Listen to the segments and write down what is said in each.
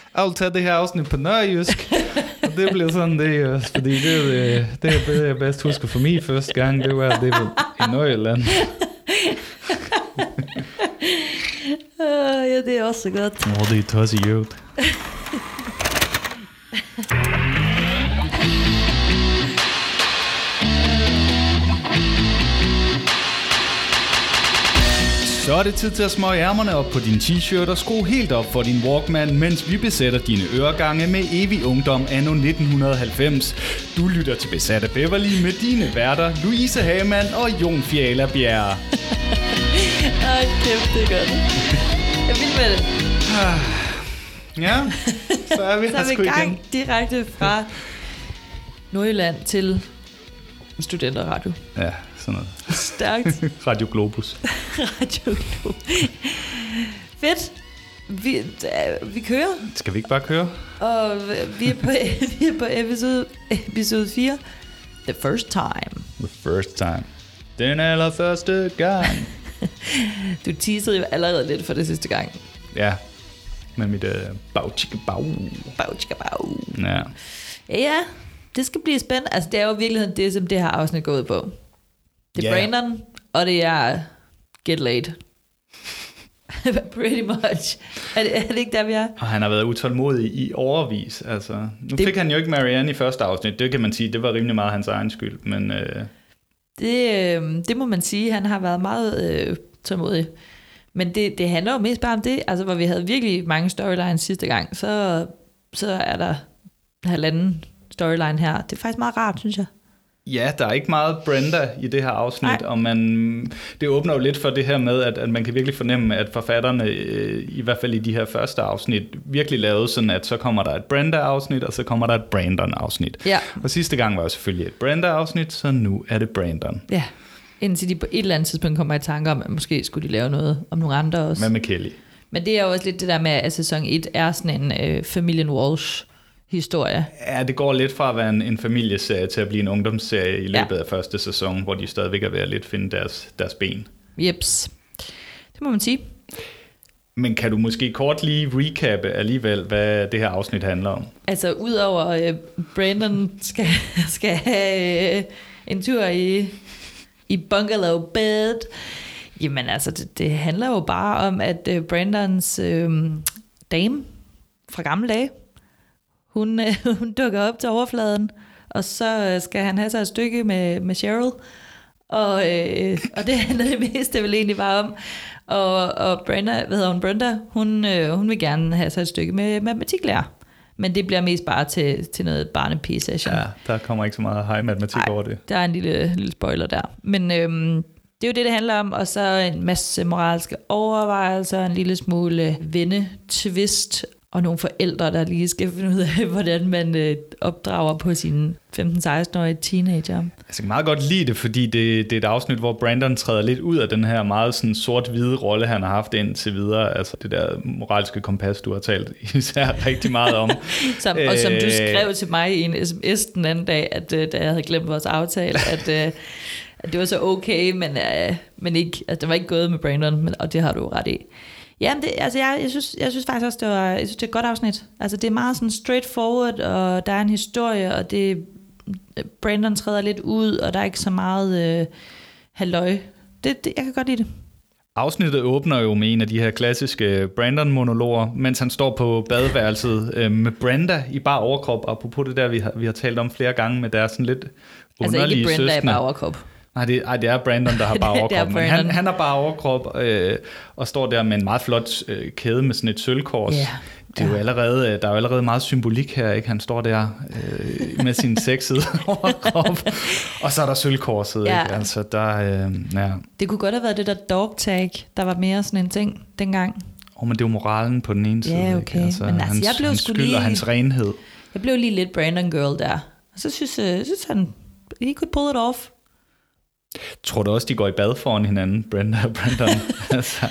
Jeg vil tage det her afsnit på nørjysk. Og det bliver sådan det, fordi det jeg bedst husker for mig første gang, det var det i Nørjylland. Ja, det er også så godt. Det er tosset i øvrigt. Så er det tid til at smøge ærmerne op på din t-shirt og skrue helt op for din Walkman, mens vi besætter dine øregange med evig ungdom anno 1990. Du lytter til Besat af Beverly med dine værter, Louise Hamann og Jon Fjæler Bjerre. Kæft, det er godt. Jeg vil med det. Ja, så er vi her sgu igen. Så er vi i gang direkte fra Nordjylland til Studenterradio. Ja, sådan noget. Stærkt. Radio Globus. Radio Globus. Fedt. Vi kører. Skal vi ikke bare køre? Og vi er på episode 4. The first time. The first time. Den allerførste gang. Du teasede jo allerede lidt for det sidste gang. Ja. Med mit bag-chicka-bag. Bag-chicka-bag. Ja. Ja, det skal blive spændende. Altså, det er jo i virkeligheden det, som det her afsnit går ud på. Det er Brandon, og det er Get Laid. Pretty much. Er det ikke der, vi er? Og han har været utålmodig i årevis. Altså, nu fik han jo ikke Marianne i første afsnit. Det kan man sige, det var rimelig meget hans egen skyld. Men, det må man sige. Han har været meget tålmodig. Men det handler jo mest bare om det. Altså, hvor vi havde virkelig mange storylines sidste gang, så er der halvanden storyline her. Det er faktisk meget rart, synes jeg. Ja, der er ikke meget Brenda i det her afsnit, og det åbner jo lidt for det her med, at man kan virkelig fornemme, at forfatterne, i hvert fald i de her første afsnit, virkelig lavede sådan, at så kommer der et Brenda-afsnit, og så kommer der et Brandon-afsnit. Ja. Og sidste gang var jo selvfølgelig et Brenda-afsnit, så nu er det Brandon. Ja, indtil de på et eller andet tidspunkt kommer i tanke om, at måske skulle de lave noget om nogle andre også. Hvad med Kelly? Men det er jo også lidt det der med, at sæson 1 er sådan en familien Walsh historie. Ja, det går lidt fra at være en familieserie til at blive en ungdomsserie i løbet af første sæson, hvor de stadigvæk er ved at lidt finde deres ben. Jeps. Det må man sige. Men kan du måske kort lige recappe alligevel, hvad det her afsnit handler om? Altså, udover Brandon skal have en tur i bungalow bed, jamen altså, det handler jo bare om, at Brandons dame fra gamle dage, hun dukker op til overfladen, og så skal han have sig et stykke med Cheryl, og det handler det meste vel egentlig bare om. Og Brenda, hun vil gerne have sig et stykke med matematiklærer, men det bliver mest bare til noget barnepige-session. Ja, der kommer ikke så meget high matematik over det. Der er en lille spoiler der, men det er jo det handler om, og så en masse moralske overvejelser, en lille smule vennetvist, og nogle forældre, der lige skal finde ud af, hvordan man opdrager på sine 15-16-årige teenager. Jeg kan meget godt lide det, fordi det er et afsnit, hvor Brandon træder lidt ud af den her meget sådan sort-hvide rolle, han har haft indtil videre. Altså det der moralske kompas, du har talt især rigtig meget om. Som du skrev til mig i en sms den anden dag, at da jeg havde glemt vores aftale, at det var så okay, men ikke, altså, det var ikke gået med Brandon, og det har du ret i. Ja, jeg synes faktisk også, det er et godt afsnit. Altså, det er meget sådan straightforward, og der er en historie, og Brandon træder lidt ud, og der er ikke så meget halløj. Jeg kan godt lide det. Afsnittet åbner jo med en af de her klassiske Brandon-monologer, mens han står på badeværelset med Brenda i bar overkrop, apropos det der, vi har talt om flere gange med deres sådan lidt underlige søskende. Altså ikke Brenda i bar overkrop. Nej, det er Brandon, der har bare overkrop. Men han har bare overkrop og står der med en meget flot kæde med sådan et sølvkors. Yeah. Der er jo allerede meget symbolik her, ikke? Han står der med sin sexede overkrop, og så er der sølvkorset. Ja. Ikke? Altså, det kunne godt have været det der dog tag, der var mere sådan en ting dengang. Men det er jo moralen på den ene side. Ja, okay. Altså, men altså, jeg blev hans skyld og hans renhed. Jeg blev lige lidt Brandon girl der. Og så synes han, he could pull it off. Tror du også, de går i bad foran hinanden, Brenda og Brandon? Altså.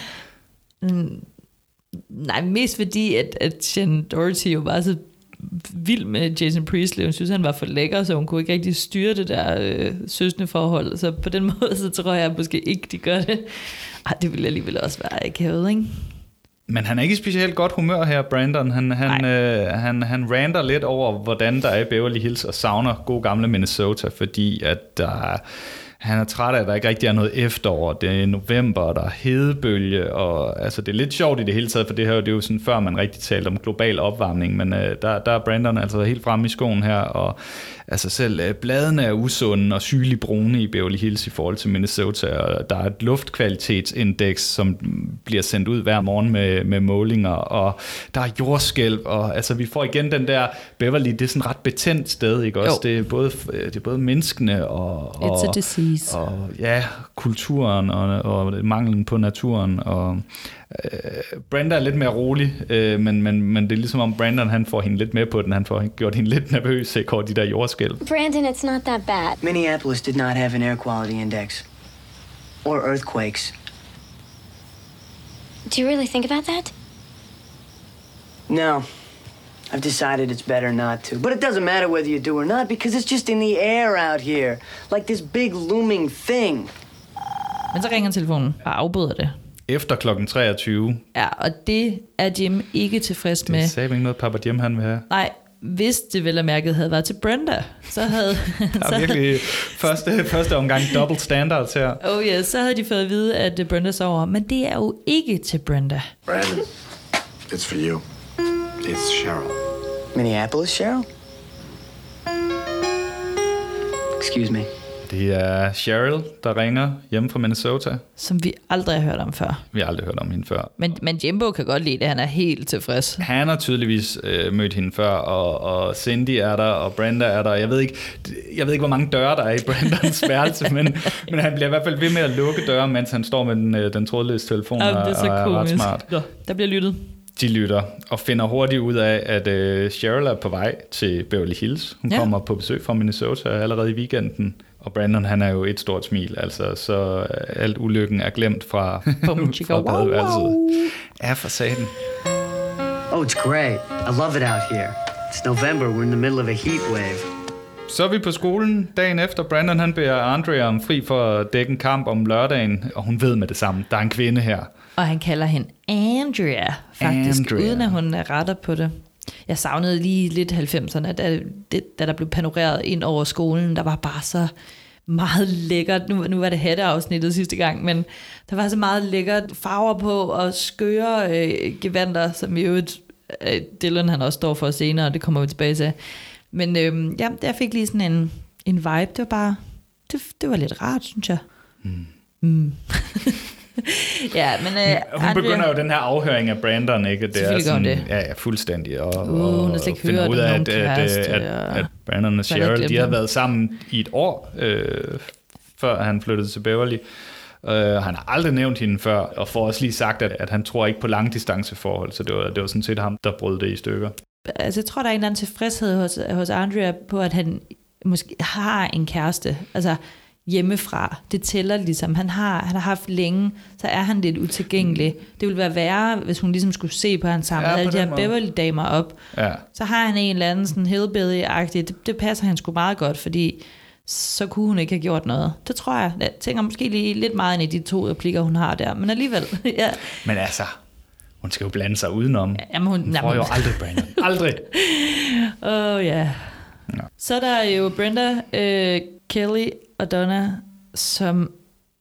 Nej, mest fordi, at Shannon Doherty jo var så vild med Jason Priestley. Hun synes, han var for lækker, så hun kunne ikke rigtig styre det der søskende forhold. Så på den måde, så tror jeg måske ikke, de gør det. Det ville alligevel også være akavet, ikke? Men han er ikke i specielt godt humør her, Brandon. Han ranter lidt over, hvordan der er i Beverly Hills, og savner god gamle Minnesota, fordi at han er træt af, at der ikke rigtig er noget efterår. Det er november, og der er hedebølge, og altså, det er lidt sjovt i det hele taget, for det her det er jo sådan, før man rigtig talte om global opvarmning, men der er Brandon altså helt fremme i skoen her, og altså selv bladene er usunde og sygeligt brune i Beverly Hills i forhold til Minnesota, og der er et luftkvalitetsindeks, som bliver sendt ud hver morgen med målinger, og der er jordskælv, og altså vi får igen den der Beverly, det er sådan et ret betændt sted, ikke også? Det er både menneskene og It's a disease. Og ja, kulturen og manglen på naturen, og Brenda er lidt mere rolig, men det er ligesom om Brandon han får hende lidt med på den. Han får gjort hende lidt nervøs over de der jordskælv. Brandon, it's not that bad. Minneapolis did not have an air quality index or earthquakes. Do you really think about that? No. I've decided it's better not to. But it doesn't matter whether you do or not because it's just in the air out here. Like this big looming thing. Men så ringer telefonen og afbryder det. Efter klokken 23. Ja, og det er Jim ikke tilfreds med. Det sagde ikke noget, Papa Jim han vil have. Nej, hvis det vel og mærket havde været til Brenda, så havde... Der er virkelig første omgang double standards her. Oh yes, så havde de fået at vide, at Brenda sover. Men det er jo ikke til Brenda. Brandon, it's for you. It's Cheryl. Minneapolis, Cheryl? Excuse me. Det er Cheryl, der ringer hjemme fra Minnesota. Som vi aldrig har hørt om før. Vi har aldrig hørt om hende før. Men Jimbo kan godt lide det, han er helt tilfreds. Han har tydeligvis mødt hende før, og Cindy er der, og Brenda er der. Jeg ved ikke, hvor mange døre der er i Brandons værelse, men han bliver i hvert fald ved med at lukke døre, mens han står med den trådløse telefon, det er så og er komisk. ret smart. Ja, der bliver lyttet. De lytter og finder hurtigt ud af, at Cheryl er på vej til Beverly Hills. Hun kommer på besøg fra Minnesota allerede i weekenden. Og Brandon, han er jo et stort smil, altså, så alt ulykken er glemt fra badeværelset. Ja, for satan. Oh, it's great. I love it out here. It's November. We're in the middle of a heat wave. Så er vi på skolen dagen efter. Brandon, han beder Andrea om fri for at dække en kamp om lørdagen, og hun ved med det samme. Der er en kvinde her. Og han kalder hende Andrea, faktisk, uden at hun retter på det. Jeg savnede lige lidt 90'erne, da der blev panoreret ind over skolen. Der var bare så meget lækkert. Nu var det hatteafsnittet sidste gang, men der var så meget lækkert farver på og skøre gevanter, som i øvrigt Dylan han også står for senere, og det kommer vi tilbage til. Men der fik lige sådan en vibe. Det var bare, det var lidt rart, synes jeg. Ja, men hun begynder jo den her afhøring af Brandon, ikke? Det er sådan, det. Ja, fuldstændig. Og hun har slet ikke hørt ud af, at Brandon og Cheryl, de har været sammen i et år, før han flyttede til Beverly. Han har aldrig nævnt hende før, og får også lige sagt, at han tror ikke på langdistanceforhold, så det var sådan set ham, der brød det i stykker. Altså, jeg tror, der er en eller anden tilfredshed hos Andrea på, at han måske har en kæreste, altså hjemmefra. Det tæller ligesom. Han har haft længe, så er han lidt utilgængelig. Det ville være værre, hvis hun ligesom skulle se på hans sammen. Alle de her Beverly-damer op. Ja. Så har han en eller anden sådan hillbilly-agtig. Det passer han sgu meget godt, fordi så kunne hun ikke have gjort noget. Det tror jeg. Jeg tænker måske lige lidt meget ind i de 2 replikker, hun har der. Men alligevel, ja. Men altså, hun skal jo blande sig udenom. Jamen, hun får jo aldrig Brandon. Aldrig. Ja. Så er der jo Brenda, Kelly og Donna, som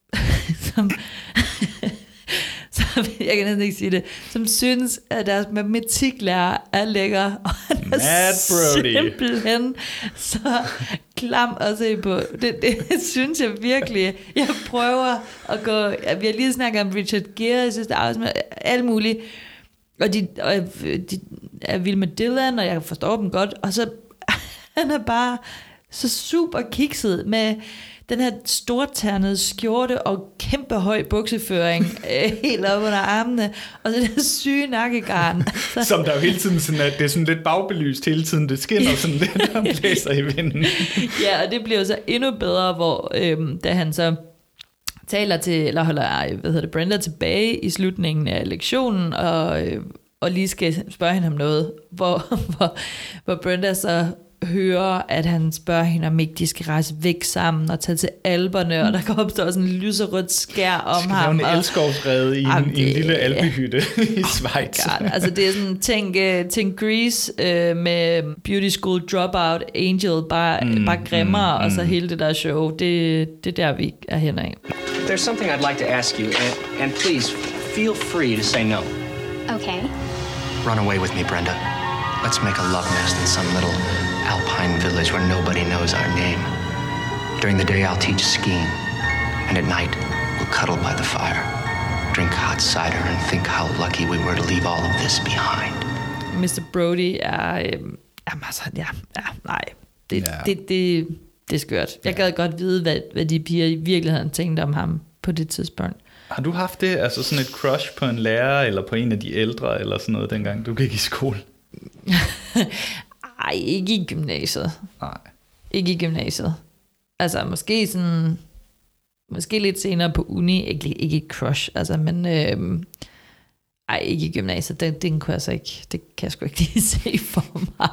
jeg kan næsten ikke sige det, som synes, at deres matematiklærer er lækker, og han er simpelthen så klam at se på. Det synes jeg virkelig. Jeg prøver at gå... Vi har lige snakket om Richard Gere, jeg synes, der er også alt muligt. Og de er vilde med Dylan, og jeg forstår dem godt. Og så han er bare så super kikset med den her storternede skjorte og kæmpe høj bukseføring helt op under armene, og så den syge nakkegarn. Som der jo hele tiden sådan, at det er sådan lidt bagbelyst hele tiden, det skinner sådan lidt, og blæser i vinden. Ja, og det bliver så endnu bedre, hvor da han så taler til, eller holder, Brenda tilbage i slutningen af lektionen, og lige skal spørge hende om noget, hvor Brenda så hører, at han spørger hende, om ikke de skal rejse væk sammen og tage til Alperne, og der kan opstå sådan en lyserødt skær om ham. Det er en elskovsrede i en lille alpehytte i Schweiz. Altså det er sådan, tænk Grease med Beauty School Dropout, Angel, bare grimmere, og så hele det der show, det er der, vi er henne af. There's something I'd like to ask you, and please, feel free to say no. Okay. Run away with me, Brenda. Let's make a love nest in some little alpine village where nobody knows our name. During the day, I'll teach skiing. And at night, we'll cuddle by the fire, drink hot cider, and think how lucky we were to leave all of this behind. Mr. Brody er... nej. Det er skørt. Jeg gad godt vide, hvad de piger i virkeligheden tænkte om ham på det tidspunkt. Har du haft det, altså sådan et crush på en lærer, eller på en af de ældre, eller sådan noget, dengang du gik i skole? Ej, ikke i gymnasiet. Nej. Ikke i gymnasiet. Altså, måske lidt senere på uni, ikke et crush, altså, men ikke i gymnasiet. Den kunne jeg så ikke, det kan jeg sgu ikke lige se for mig.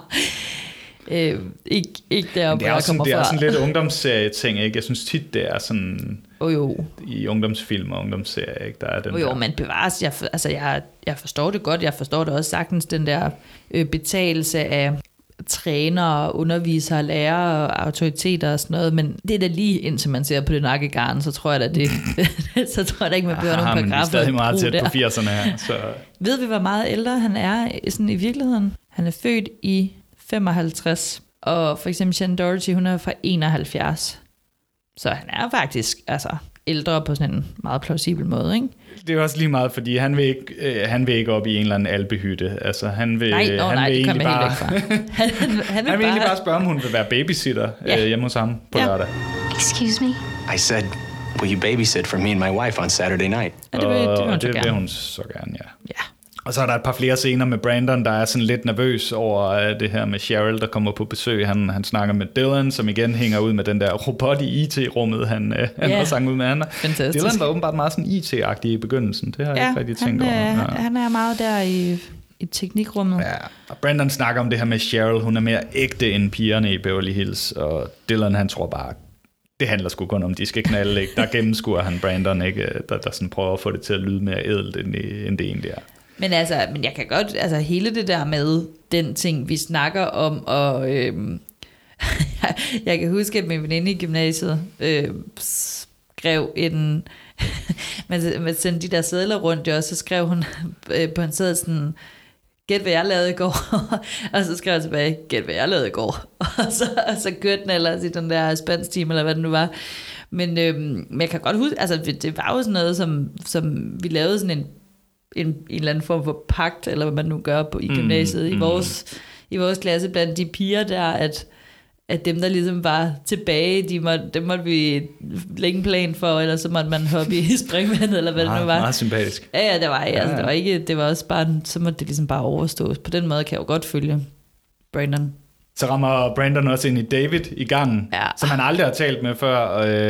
Ikke deroppe, hvor jeg kommer fra. Det er sådan lidt ungdomsserie-ting, ikke? Jeg synes tit, det er sådan... Jo. I ungdomsfilm og ungdomsserier, ikke? Der er den jo, men bevares, jeg forstår det godt, jeg forstår det også sagtens, den der betalelse af trænere, undervisere, lærere og autoriteter og sådan noget, men det er da lige indtil man ser på det nakkegarn, så tror jeg da det, så tror jeg da ikke, man behøver nogen paragrafer. Men vi er stadig meget tæt på 80'erne her. Så. Ved vi, hvor meget ældre han er sådan i virkeligheden? Han er født i 55, og for eksempel Shannon Doherty, hun er fra 71. Så han er faktisk ældre på sådan en meget plausibel måde, ikke? Det er også lige meget, fordi han vil ikke op i en eller anden alpehytte. Altså, han vil egentlig bare... han vil egentlig bare spørge, om hun vil være babysitter hjemme hos ham på lørdag. Excuse me? I said, will you babysit for me and my wife on Saturday night? Ja, det vil hun så gerne, ja. Og så er der et par flere scener med Brandon, der er sådan lidt nervøs over det her med Cheryl, der kommer på besøg. Han snakker med Dylan, som igen hænger ud med den der robot i IT-rummet, han har sanget ud med. Dylan var åbenbart meget sådan IT-agtig i begyndelsen. Det har jeg ikke rigtig tænkt over. Han er meget der i teknikrummet. Ja, og Brandon snakker om det her med Cheryl. Hun er mere ægte end pigerne i Beverly Hills, og Dylan, han tror bare, det handler sgu kun om, de skal knalde, ikke? Der gennemskuer han Brandon, ikke? Der sådan prøver at få det til at lyde mere ædelt, end det egentlig er. Men jeg kan godt, hele det der med den ting, vi snakker om, og jeg kan huske, at min veninde i gymnasiet skrev man sendte de der sedler rundt, og så skrev hun på en seddel sådan, gæt hvad jeg lavede i går, og så skrev jeg tilbage, gæt hvad jeg lavede i går, og så kørte den ellers i den der spansk time, eller hvad det nu var. Men jeg kan godt huske, det var jo sådan noget, som vi lavede sådan en eller anden form for pagt, eller hvad man nu gør i gymnasiet, i vores klasse blandt de piger der, at dem, der ligesom var tilbage, dem måtte vi lægge en plan for, eller så måtte man hoppe i springvandet, eller hvad det nu var. Meget sympatisk. Ja, det var, det var ikke, det var også bare, så måtte det ligesom bare overstås. På den måde kan jeg jo godt følge Brandon. Så rammer Brandon også ind i David i gangen, som han aldrig har talt med før,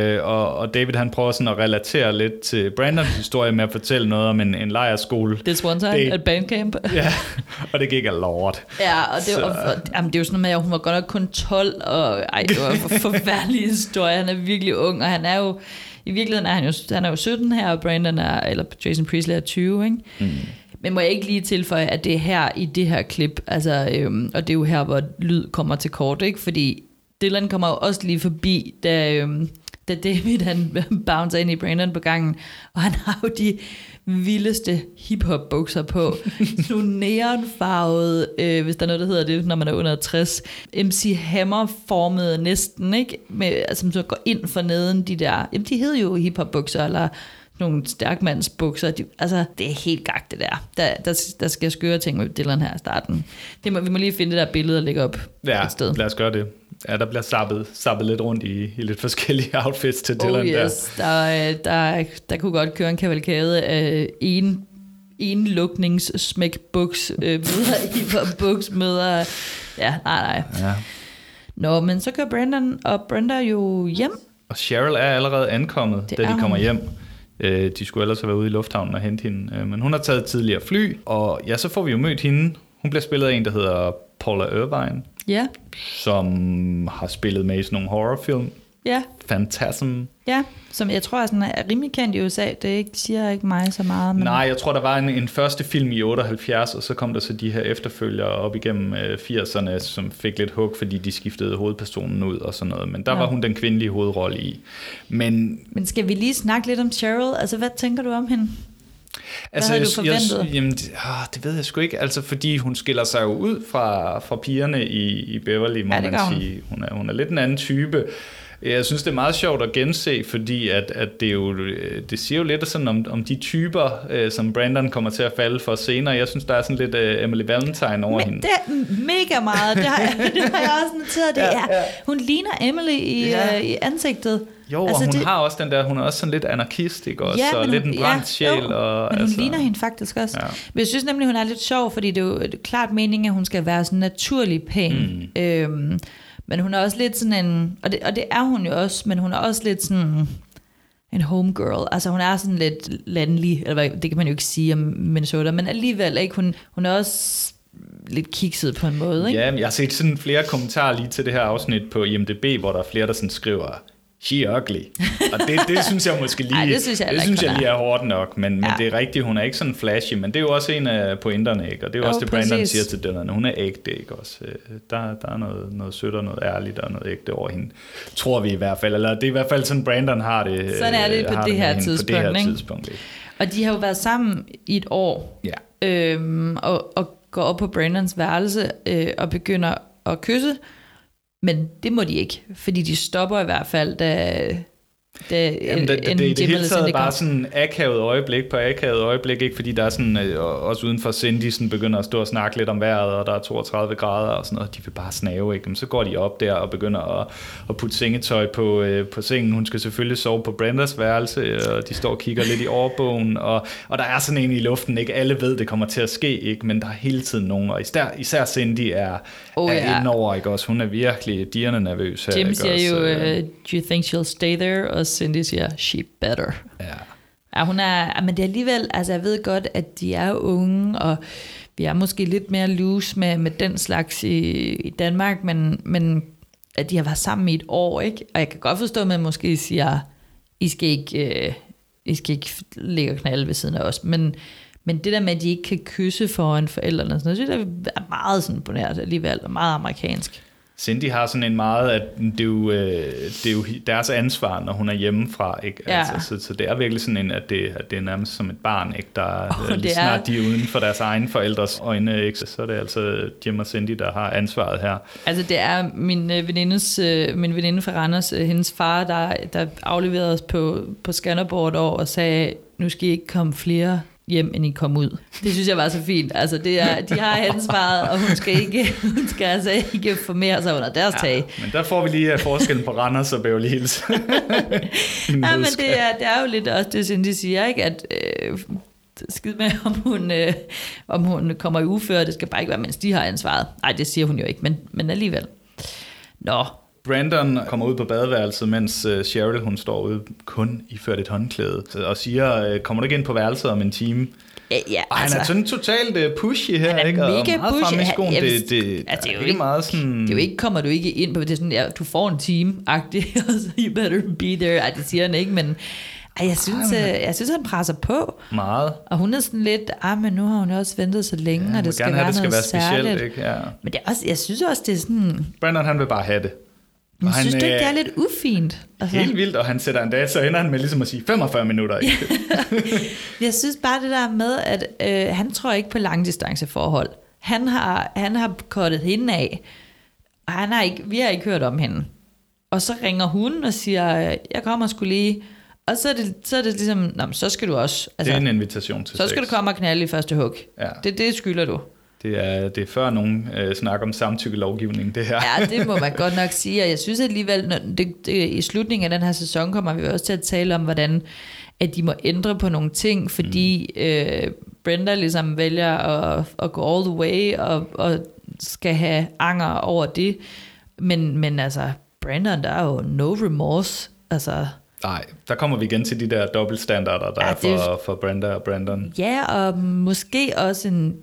og David han prøver sådan at relatere lidt til Brandons historie med at fortælle noget om en lejrskole. This one time at bandcamp. Ja, og det gik af lort. Ja, og det er jo sådan noget med, at hun var godt nok kun 12, og det var en forfærdelig historie. Han er virkelig ung, og han er jo, i virkeligheden han er jo 17 her, og Brandon eller Jason Priestley er 20, ikke? Men må jeg ikke lige tilføje, at det er her i det her klip, og det er jo her, hvor lyd kommer til kort, ikke? Fordi Dylan kommer jo også lige forbi, da David han bouncer ind i Brandon på gangen, og han har jo de vildeste hip-hop bukser på. Nogle neonfarvede, hvis der er noget, der hedder det, når man er under 60. MC Hammer-formede næsten, ikke? Som så går ind for neden de der, de hedder jo hip-hop bukser, eller nogle stærkmandsbukser. Det er helt gakt det der. Der skal skøre ting med Dylan her i starten. Vi må lige finde det der billede og lægge op et sted. Ja, lad os gøre det. Ja, der bliver sappet lidt rundt i lidt forskellige outfits til Dylan yes. Der kunne godt køre en kavalkade af en lukningssmækbuks møder hiphop-buks møder. Ja, nej. Ja. Nå, men så kører Brandon og Brenda jo hjem. Og Cheryl er allerede ankommet, da de kommer hjem. De skulle ellers have været ude i lufthavnen og hente hende. Men hun har taget tidligere fly, og ja, så får vi jo mødt hende. Hun bliver spillet af en, der hedder Paula Irvine. Ja. Som har spillet med i sådan nogle horrorfilm. Ja. Phantasm. Ja, som jeg tror sådan er rimelig kendt i USA. Det siger ikke mig så meget. Men... Nej, jeg tror, der var en første film i 78, og så kom der så de her efterfølgere op igennem 80'erne, som fik lidt hug, fordi de skiftede hovedpersonen ud og sådan noget. Men der var hun den kvindelige hovedrolle i. Men skal vi lige snakke lidt om Cheryl? Altså, hvad tænker du om hende? Hvad havde du forventet? Det ved jeg sgu ikke. Altså, fordi hun skiller sig jo ud fra pigerne i Beverly, må man sige. Hun er lidt en anden type. Jeg synes, det er meget sjovt at gense, fordi at det siger jo lidt sådan om de typer, som Brandon kommer til at falde for senere. Jeg synes, der er sådan lidt Emily Valentine over hende. Det er mega meget. Det har jeg også noteret. Hun ligner Emily i ansigtet. Jo, altså, og hun har også den der, hun er også sådan lidt anarkist, ikke også? Og lidt en brændt sjæl. Men hun ligner hende faktisk også. Ja. Men jeg synes nemlig, hun er lidt sjov, fordi det er jo klart meningen, at hun skal være sådan naturlig pæn. Men hun er også lidt sådan en, og det er hun jo også, men hun er også lidt sådan en homegirl. Altså hun er sådan lidt landlig, eller det kan man jo ikke sige om Minnesota, men alligevel, ikke? Hun er også lidt kikset på en måde, ikke? Ja, jeg har set sådan flere kommentarer lige til det her afsnit på IMDb, hvor der er flere, der sådan skriver, she ugly. Og det synes jeg måske lige, det synes jeg lige er hårdt nok, men det er rigtigt, hun er ikke sådan flashy, men det er jo også en af pointerne, ikke? Og det er jo også det, Brandon siger til Dylan, hun er ægte, ikke også? Der er noget sødt og noget ærligt og noget ægte over hende, tror vi i hvert fald, eller det er i hvert fald sådan, Brandon har det. Sådan er det på det her tidspunkt, ikke? Og de har jo været sammen i et år, og går op på Brandons værelse og begynder at kysse. Men det må de ikke, fordi de stopper i hvert fald, da det hele taget bare sådan akavet øjeblik, ikke? Fordi der er sådan, også uden for Cindy sådan begynder at stå og snakke lidt om vejret, og der er 32 grader og sådan noget, de vil bare snave, ikke? Men så går de op der og begynder at putte sengetøj på sengen. Hun skal selvfølgelig sove på Brendas værelse, og de står og kigger lidt i årbogen, og der er sådan en i luften, ikke? Alle ved, det kommer til at ske, ikke? Men der er hele tiden nogen, og især Cindy er indover, ikke også? Hun er virkelig dirrende nervøs her. Jim siger jo, do you think she'll stay there? Og Cindy siger, she better. Ja, hun er, men det er alligevel, altså jeg ved godt, at de er unge, og vi er måske lidt mere loose med den slags i Danmark, men at de har været sammen i et år, ikke? Og jeg kan godt forstå, at man måske siger, I skal ikke ligge og knalde ved siden af os, men det der med, at de ikke kan kysse foran forældrene, og sådan noget, det er meget sådan på nært alligevel, og meget amerikansk. Cindy har sådan en meget, at det er jo deres ansvar, når hun er hjemmefra, ikke? Ja. Altså, så det er virkelig sådan en, at det er nærmest som et barn, ikke? Der snart de er uden for deres egen forældres øjne, ikke? Så er det altså Jim og Cindy, der har ansvaret her. Altså det er min veninde fra Randers, hendes far, der afleverede os på Skanderborg et år og sagde, nu skal I ikke komme flere hjem, end I kom ud. Det synes jeg var så fint. Altså, de har ansvaret, og hun skal altså ikke formere sig under deres tag. Men der får vi lige forskellen på Randers og Beverly Hills. Men det er jo lidt også det, Cindy siger, ikke? At skid med, om hun kommer i uføre, det skal bare ikke være, mens de har ansvaret. Nej, det siger hun jo ikke, men alligevel. Nå. Brandon kommer ud på badeværelset, mens Cheryl, hun står ude kun iført et håndklæde, og siger, kommer du ikke ind på værelset om en time? Ja, og han er sådan totalt pushy her, ikke? Han er mega pushy. Det er ikke meget sådan... Det er jo ikke, kommer du ikke ind på, det er sådan, du får en time-agtigt, og så you better be there. Ej, det siger han ikke, men... Jeg synes, han presser på. Meget. Og hun er sådan lidt, men nu har hun også ventet så længe, og det skal være noget særligt. Ikke? Ja. Men det er også, jeg synes også, det er sådan... Brandon, han vil bare have det. Jeg synes du ikke, det er lidt ufint? Altså. Helt vildt, og han sætter en dag, så ender han med ligesom at sige 45 minutter. Ikke? Jeg synes bare det der med, at han tror ikke på langdistanceforhold. Han har kottet hende af, og vi har ikke hørt om hende. Og så ringer hun og siger, jeg kommer sgu lige... Og så er det ligesom, så skal du også... Altså, det er en invitation til så skal du komme og knalde i første hug. Ja. Det skylder du. Det er før nogen snakker om samtykkelovgivning, det her. Ja, det må man godt nok sige. Og jeg synes alligevel, i slutningen af den her sæson kommer vi også til at tale om, hvordan at de må ændre på nogle ting, fordi Brenda ligesom vælger at gå all the way og skal have anger over det. Men altså, Brandon, der er jo no remorse. Altså... Nej, der kommer vi igen til de der dobbeltstandarder, der er for Brenda og Brandon. Ja, og måske også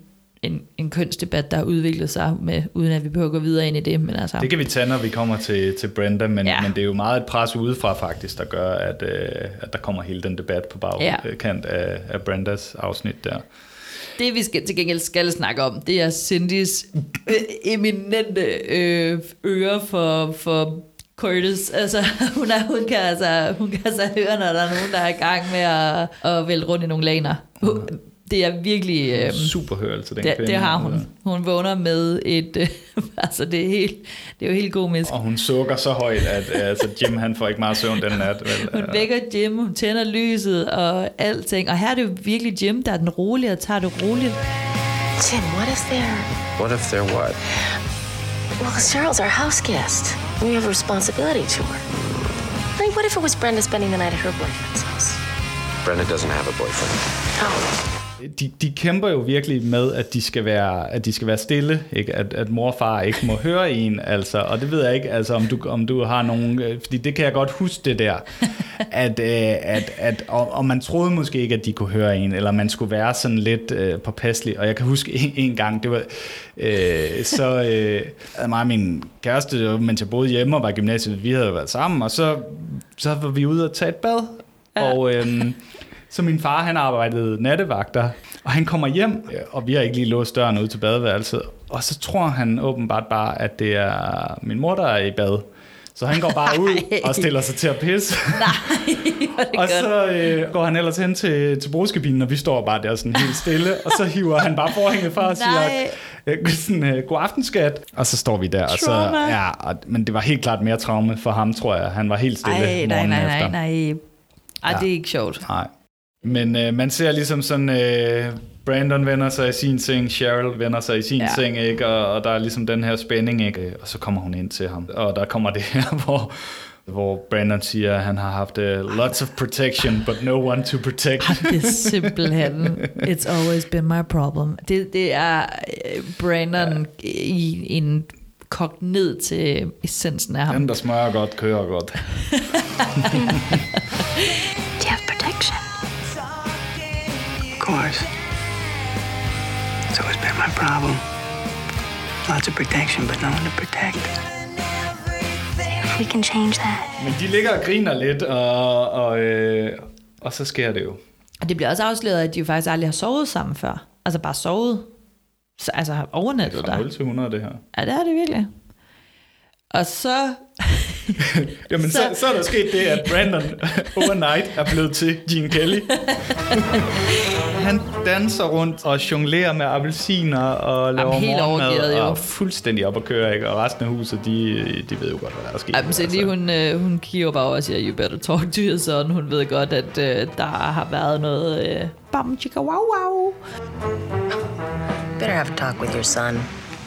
en kønsdebat, der har udviklet sig, uden at vi behøver at gå videre ind i det. Men altså. Det kan vi tage, når vi kommer til Brenda, men det er jo meget et pres udefra faktisk, der gør, at der kommer hele den debat på bagkant af Brendas afsnit der. Det vi til gengæld skal snakke om, det er Cindys eminente ører for Curtis. Altså, hun kan altså høre, når der er nogen, der er i gang med at vælte rundt i nogle laner. Det er virkelig... superhørelse, den kvinde. Det har hun. Hun vågner med et... altså, det er jo helt komisk. Og hun sukker så højt, at Jim han får ikke meget søvn den nat. Hun vækker Jim, hun tænder lyset og alting. Og her er det jo virkelig Jim, der er den rolige og tager det roligt. Jim, what if they're... What if they're what? Well, Cheryl's our house guest. We have a responsibility to her. I mean, what if it was Brenda spending the night at her boyfriend's house? Brenda doesn't have a boyfriend. Oh. De kæmper jo virkelig med, at de skal være stille, ikke? At mor og far ikke må høre en, altså. Og det ved jeg ikke, altså, om du har nogen... Fordi det kan jeg godt huske det der, og man troede måske ikke, at de kunne høre en, eller man skulle være sådan lidt påpasselig. Og jeg kan huske en gang, det var... mig og min kæreste, mens jeg boede hjemme og var i gymnasiet, vi havde været sammen, og så var vi ude og tage et bad, og... Så min far, han arbejdede nattevagter, og han kommer hjem, og vi har ikke lige låst døren ud til badeværelset. Og så tror han åbenbart bare, at det er min mor, der er i bad. Så han går bare ud og stiller sig til at pisse. Nej, og så går han ellers hen til brugskabinen, og vi står bare der sådan helt stille. Og så hiver han bare forhænget fra og siger, sådan, god aften, skat. Og så står vi der. Og så, men det var helt klart mere traume for ham, tror jeg. Han var helt stille morgenen efter. Nej. Ej, det er ikke sjovt. Nej. Men man ser ligesom sådan, Brandon vender sig i sin seng, Cheryl vender sig i sin seng, ikke? Og der er ligesom den her spænding, ikke? Og så kommer hun ind til ham. Og der kommer det her, hvor Brandon siger, at han har haft lots of protection, but no one to protect. Det er simpelthen, it's always been my problem. Det er Brandon i en kogt ned til essensen af ham. Den, der smører godt, kører godt. Do you have protection? Of course. It's always been my problem. Lots of protection, but no one to protect. If we can change that. Men de ligger og griner lidt, og så sker det jo. Og det bliver også afsløret, at de jo faktisk aldrig har sovet sammen før. Altså bare sovet. Altså har overnattet der. Det er fra 0 til 100, det her. Ja, det er det virkelig. Og så... Jamen, så er der sket det, at Brandon overnight er blevet til Gene Kelly. Han danser rundt og jonglerer med appelsiner og laver morgenmad og fuldstændig op at køre, ikke? Og resten af huset, de ved jo godt, hvad der er sket. Jamen, så lige hun kigger bare og siger, you better talk to your son. Hun ved godt, at der har været noget... bam, chicka, wow, wow. Better have a talk with your son.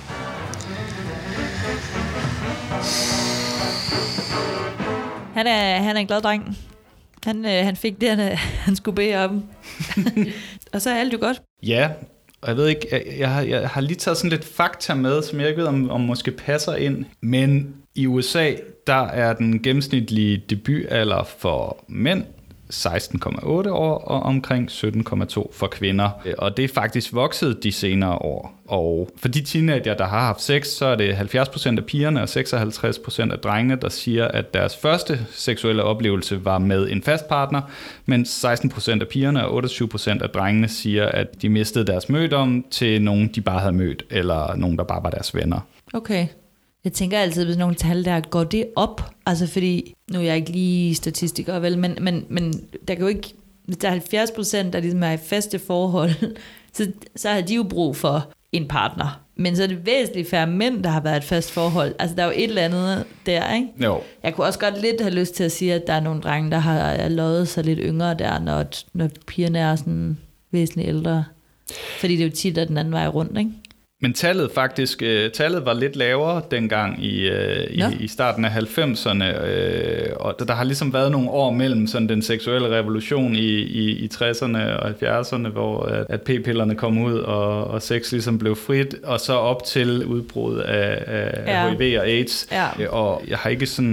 Han er en glad dreng. Han fik det, han skulle bede om. Og så er alt jo godt. Ja, og jeg ved ikke, jeg har lige taget sådan lidt fakta med, som jeg ikke ved, om måske passer ind. Men i USA, der er den gennemsnitlige debutalder for mænd 16,8 år og omkring 17,2 for kvinder. Og det er faktisk vokset de senere år. Og for de teenager, der har haft sex, så er det 70% af pigerne og 56% af drengene, der siger, at deres første seksuelle oplevelse var med en fast partner, mens 16% af pigerne og 28% af drengene siger, at de mistede deres mødom til nogen, de bare havde mødt, eller nogen, der bare var deres venner. Okay. Jeg tænker altid, hvis nogle tal der går det op, altså fordi, nu er jeg ikke lige statistiker, vel, men der kan jo ikke, der er 70%, der ligesom er i faste forhold, så har de jo brug for en partner. Men så er det væsentligt færre mænd, der har været et fast forhold. Altså der er jo et eller andet der, ikke? Jo. Jeg kunne også godt lidt have lyst til at sige, at der er nogle drenge, der har løjet sig lidt yngre der, når pigerne er sådan væsentligt ældre. Fordi det er jo tit, at den anden vej rundt, ikke? Men tallet var lidt lavere dengang i starten af 90'erne, og der har ligesom været nogle år mellem sådan den seksuelle revolution i 60'erne og 70'erne, hvor at p-pillerne kom ud, og sex ligesom blev frit, og så op til udbruddet af HIV og AIDS. Ja. Og jeg har ikke sådan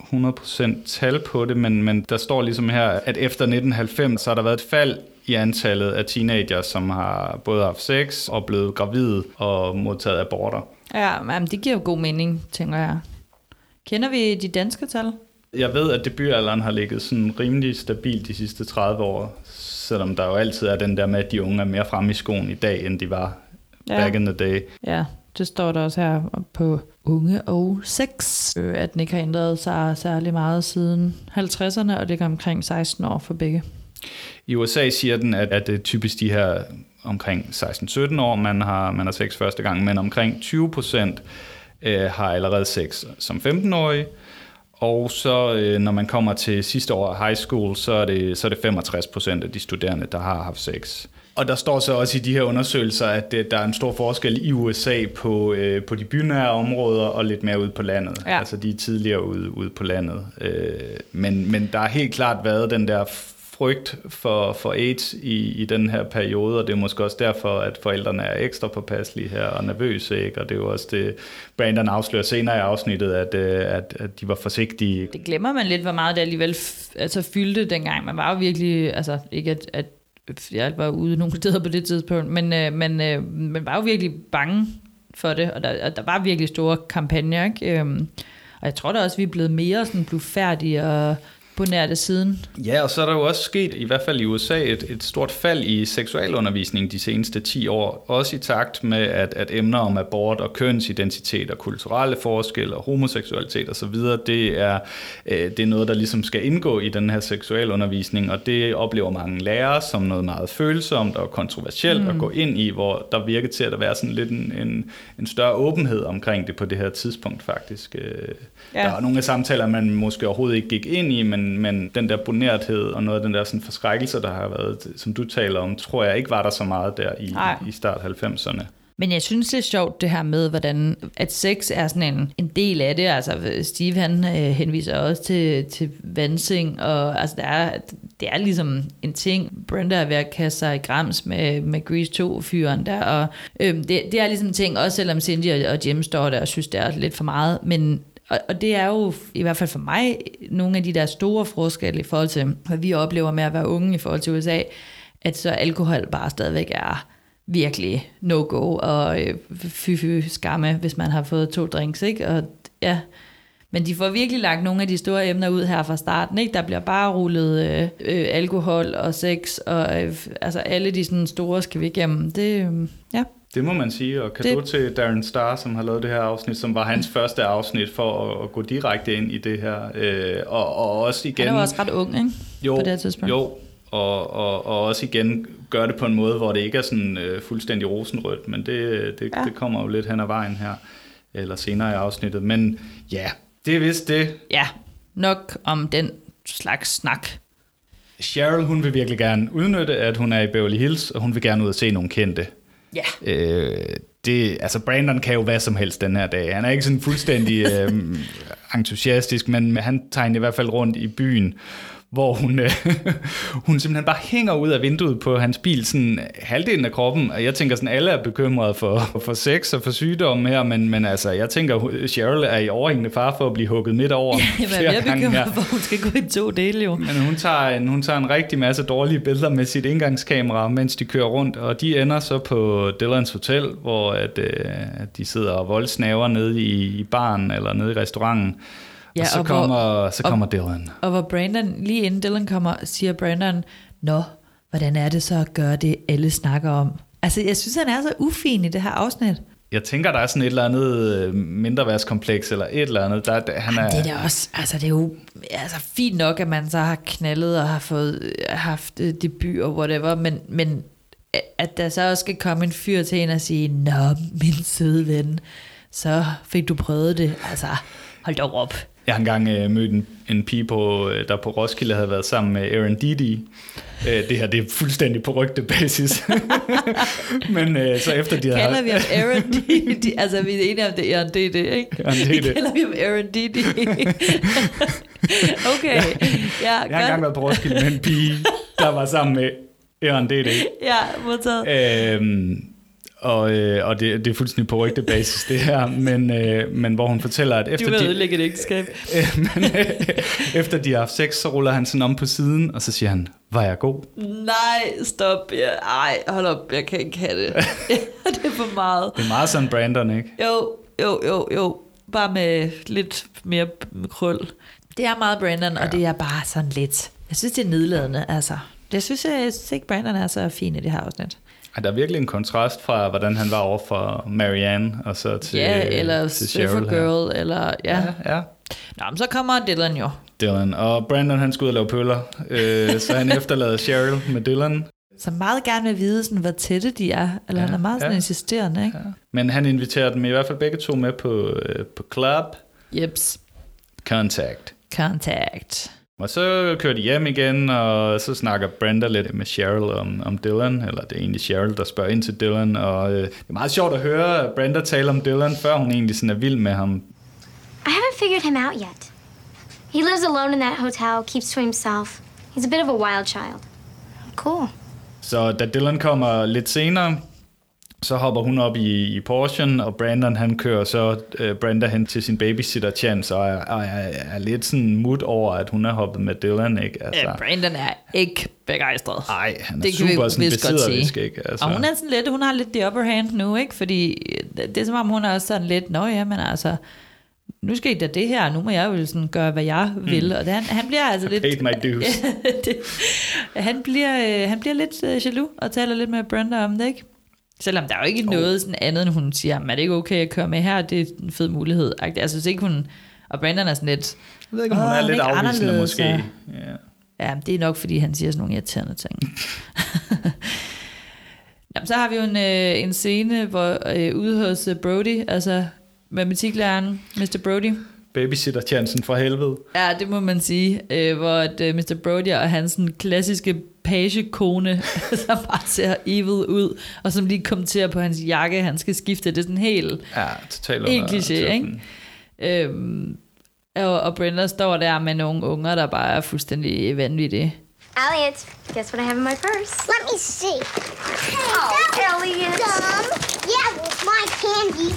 100% tal på det, men der står ligesom her, at efter 1990, så har der været et fald i antallet af teenager, som har både haft sex og blevet gravide og modtaget aborter. Ja, men det giver jo god mening, tænker jeg. Kender vi de danske tal? Jeg ved, at debutalderen har ligget sådan rimelig stabilt de sidste 30 år, selvom der jo altid er den der med, at de unge er mere fremme i skoen i dag, end de var back in the day. Ja, det står der også her på unge og sex, at den ikke har ændret sig særlig meget siden 50'erne, og det går omkring 16 år for begge. I USA siger den, at det er typisk de her omkring 16-17 år, man har sex første gang, men omkring 20% har allerede sex som 15-årige. Og så når man kommer til sidste år af high school, så er det 65% af de studerende, der har haft sex. Og der står så også i de her undersøgelser, at der er en stor forskel i USA på de bynære områder og lidt mere ude på landet. Ja. Altså de er tidligere ude på landet. Men der har helt klart været den der frygt for AIDS i den her periode, og det er måske også derfor, at forældrene er ekstra påpasselige her og nervøse, ikke? Og det er jo også det, Brandon afslører senere i afsnittet, at de var forsigtige. Det glemmer man lidt, hvor meget det alligevel fyldte dengang. Man var jo virkelig, altså ikke at jeg var ude nogle steder på det tidspunkt, men man var jo virkelig bange for det, og der var virkelig store kampagner, ikke? Og jeg tror da også, vi er blevet mere sådan blufærdige og på nær det siden. Ja, og så er der jo også sket, i hvert fald i USA, et stort fald i seksualundervisning de seneste 10 år. Også i takt med, at emner om abort og kønsidentitet og kulturelle forskelle og homoseksualitet osv., det er noget, der ligesom skal indgå i den her seksualundervisning, og det oplever mange lærere som noget meget følsomt og kontroversielt at gå ind i, hvor der virker til at være sådan lidt en større åbenhed omkring det på det her tidspunkt faktisk. Ja. Der er nogle af samtaler, man måske overhovedet ikke gik ind i, men den der bonerthed og noget af den der sådan forskrækkelse, der har været, som du taler om, tror jeg ikke var der så meget der i start 90'erne. Men jeg synes, det er sjovt det her med, hvordan at sex er sådan en del af det. Altså Steve han henviser også til vandsing, og altså det er ligesom en ting. Brenda er ved at kaste sig i grams med Grease 2-fyren der, og det er ligesom en ting, også selvom Cindy og Jim står der og synes, det er lidt for meget, men og det er jo i hvert fald for mig nogle af de der store forskelle i forhold til, hvad vi oplever med at være unge i forhold til USA, at så alkohol bare stadigvæk er virkelig no-go og skamme, hvis man har fået 2 drinks, ikke? Og ja, men de får virkelig lagt nogle af de store emner ud her fra starten, ikke? Der bliver bare rullet alkohol og sex, og altså alle de sådan store skal vi igennem. Det, ja. Det må man sige, og cadeau til Darren Star, som har lavet det her afsnit, som var hans første afsnit for at gå direkte ind i det her. Og også igen... Han var også ret ung, ikke? Jo, på det her tidspunkt. Jo, og også igen gør det på en måde, hvor det ikke er sådan fuldstændig rosenrødt, men det kommer jo lidt hen ad vejen her, eller senere i afsnittet. Men ja, det er vist det. Ja, nok om den slags snak. Cheryl, hun vil virkelig gerne udnytte, at hun er i Beverly Hills, og hun vil gerne ud og se nogle kendte. Ja. Altså Brandon kan jo hvad som helst den her dag. Han er ikke sådan fuldstændig entusiastisk, men han tager i hvert fald rundt i byen, hvor hun simpelthen bare hænger ud af vinduet på hans bil, sådan halvdelen af kroppen, og jeg tænker sådan, alle er bekymrede for sex og for sygdom her, men altså, jeg tænker, Cheryl er i overhængende fare for at blive hugget midt over. Ja, jeg er bekymret for, hun skal gå i 2 dele jo. Men hun tager en rigtig masse dårlige billeder med sit indgangskamera, mens de kører rundt, og de ender så på Dylans Hotel, hvor at de sidder og voldsnaver nede i baren eller nede i restauranten. Ja, og så kommer Dylan. Og hvor Brandon, lige inden Dylan kommer, siger Brandon, nå, hvordan er det så at gøre det, alle snakker om? Altså, jeg synes, han er så ufin i det her afsnit. Jeg tænker, der er sådan et eller andet mindreværdskompleks, eller et eller andet. Det er da også, altså det er jo fint nok, at man så har knaldet og har haft debut og whatever, men at der så også skal komme en fyr til en og sige, nå, min søde ven, så fik du prøvet det, altså hold dog op. Jeg har engang mødt en pige, der på Roskilde havde været sammen med Aaron Didi. Det her, det er fuldstændig på rygtebasis. Men så efter de kalder vi ham Aaron Didi? Altså, vi er enige om det Aaron Didi, ikke? Vi kalder vi ham Aaron Didi. Okay. Ja, jeg har engang været på Roskilde med en pige, der var sammen med Aaron Didi. Ja, modtaget. Og det er fuldstændig på rigtig basis, det her, men hvor hun fortæller, at efter du vil ødelægge et ægteskab. Efter de har haft sex, så ruller han sådan om på siden, og så siger han, var jeg god? Nej, stop. Ej, hold op, jeg kan ikke have det. Det er for meget. Det er meget sådan Brandon, ikke? Jo. Bare med lidt mere krøl. Det er meget Brandon, og det er bare sådan lidt... Jeg synes, det er nedladende, altså. Jeg synes ikke, Brandon er så fin i det her afsnit. Der er virkelig en kontrast fra, hvordan han var over for Marianne, og så til eller til Surfer Girl, eller... Ja. Nå, men så kommer Dylan jo. Dylan, og Brandon, han skal ud og lave pøller, så han efterlader Cheryl med Dylan. Så meget gerne vil vide, sådan, hvor tætte de er, eller han er meget sådan insisterende, ikke? Ja. Men han inviterer dem i hvert fald begge to med på club. Jeps. Contact. Og så kører de hjem igen, og så snakker Brenda lidt med Cheryl om Dylan, eller det er egentlig Cheryl, der spørger ind til Dylan, og det er meget sjovt at høre Brenda tale om Dylan, før hun egentlig sådan er vild med ham. I haven't figured him out yet. He lives alone in that hotel, keeps to himself. He's a bit of a wild child. Cool. Så da Dylan kommer lidt senere, så hopper hun op i Porschen, og Brandon han kører så Brenda hen til sin babysitter Chance, og er lidt sådan mut over, at hun er hoppet med Dylan, ikke? Altså, ja, Brandon er ikke begejstret. Nej, han er det super sådan besiddervisk, ikke? Altså. Og hun er sådan lidt, hun har lidt the upper hand nu, ikke? Fordi det er som om, hun er også sådan lidt, nå ja, men altså, nu skal I da det her, nu må jeg jo sådan gøre, hvad jeg vil. Og han bliver altså lidt... Paid my dues. Han bliver lidt jaloux og taler lidt med Brenda om det, ikke? Selvom der er jo ikke noget sådan andet, end hun siger, er det ikke okay at køre med her? Det er en fed mulighed. Altså, så ikke hun... Og Brandon er sådan lidt... Jeg ved ikke, om hun er lidt afvisende måske. Yeah. Ja, det er nok, fordi han siger sådan nogle irriterende ting. Jamen, så har vi jo en scene, hvor ude hos Brody, altså matematiklæreren, Mr. Brody. Babysitter-chancen for helvede. Ja, det må man sige. Hvor Mr. Brody og hans klassiske pagekone, som bare ser evil ud, og som lige kommenterer på hans jakke, han skal skifte. Det er sådan helt... Ja, totalt helt kliché, ikke? Og Brenda står der med nogle unger, der bare er fuldstændig vanvittige. Elliot, guess what I have in my purse? Let me see. Oh, Elliot. Dumb. Yeah, well, it's my candy.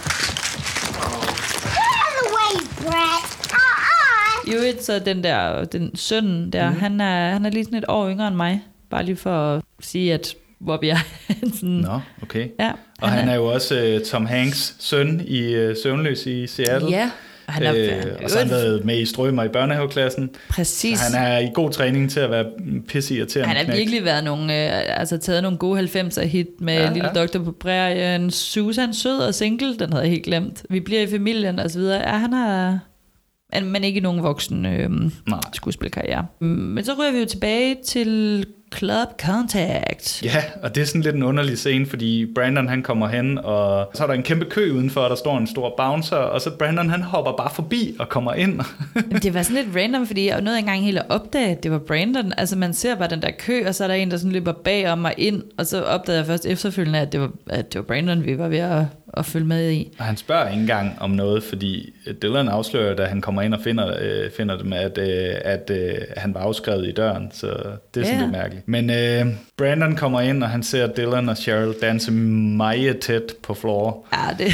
Get out of the way, Brett. Jo, så den søn der, han er lige sådan et år yngre end mig. Bare lige for at sige, at hvor vi er. sådan, nå, okay. Ja, og han er jo også Tom Hanks' søn i Søvnløs i Seattle. Ja. Og så har han været med i Strømer i børnehaveklassen. Præcis. Så han er i god træning til at være pisseirriterende. Han har virkelig været taget nogle gode 90'er hit med Lille Doktor på prærien, Susan Sød og Single, den havde jeg helt glemt. Vi bliver i familien og så videre. Ja, han har... Men ikke nogen voksen skuespilkarriere. Men så ryger vi jo tilbage til Club Contact. Ja, og det er sådan lidt en underlig scene, fordi Brandon han kommer hen, og så er der en kæmpe kø udenfor, og der står en stor bouncer, og så Brandon han hopper bare forbi og kommer ind. Det var sådan lidt random, fordi jeg nåede engang helt at opdage, at det var Brandon. Altså man ser bare den der kø, og så er der en, der sådan løber bagom mig ind, og så opdagede jeg først efterfølgende, at det var Brandon, vi var ved at følge med i. Og han spørger ikke engang om noget, fordi Dylan afslører, da han kommer ind og finder dem, at han var afskrevet i døren, så det er sådan lidt mærkeligt. Men Brandon kommer ind, og han ser Dylan og Cheryl danse meget tæt på floor. Ja,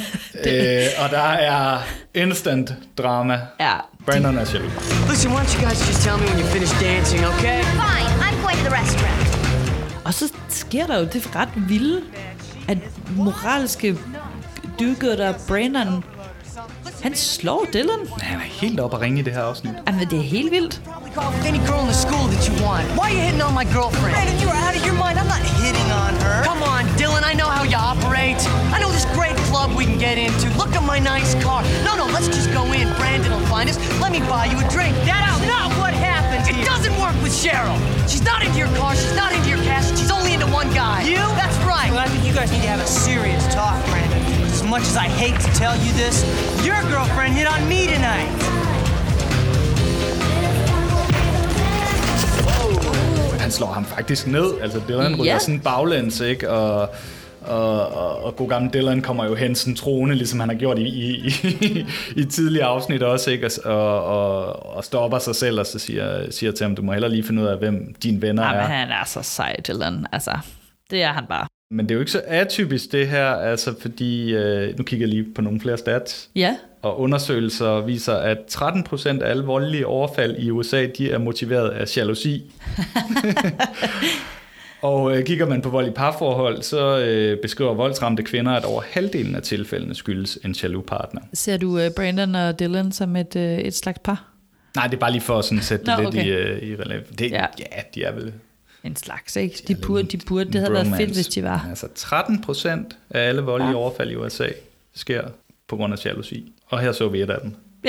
og der er instant drama. Ja. Brandon er jaloux. Listen, why don't you guys just tell me when you finish dancing, okay? Fine, I'm going to the restaurant. Og så sker der jo det ret vilde, at moralske do-gooder Brandon, han slår Dylan. Han er helt oppe at ringe i det her afsnit. Jamen, det er helt vildt. Call any girl in the school that you want. Why are you hitting on my girlfriend? Brandon, you're out of your mind. I'm not hitting on her. Come on, Dylan, I know how you operate. I know this great club we can get into. Look at my nice car. No, let's just go in. Brandon will find us. Let me buy you a drink. That's not what happens here. It doesn't work with Cheryl. She's not into your car. She's not into your cash. She's only into one guy. You? That's right. Well, I think you guys need to have a serious talk, Brandon. As much as I hate to tell you this, your girlfriend hit on me tonight. Han slår ham faktisk ned. Altså Dylan rykker sådan baglæns, ikke? Og god gammel Dylan kommer jo hen sådan troende, ligesom han har gjort i tidligere afsnit også, ikke? Og stopper sig selv og så siger til ham, du må hellere lige finde ud af, hvem dine venner er. Han er så sej, Dylan. Altså, det er han bare. Men det er jo ikke så atypisk det her, altså fordi, nu kigger jeg lige på nogle flere stats, ja. Og undersøgelser viser, at 13% af alle voldelige overfald i USA, de er motiveret af jalousi. Og kigger man på vold i parforhold, så beskriver voldsramte kvinder, at over halvdelen af tilfældene skyldes en jaloux partner. Ser du Brandon og Dylan som et slags par? Nej, det er bare lige for at sådan sætte det lidt i relevans. Ja, de er vel... En slags, ikke? De burde. Det havde været fedt, hvis de var. Altså 13% af alle voldelige overfald i USA sker på grund af jalousi. Og her så vi et af dem. Ja.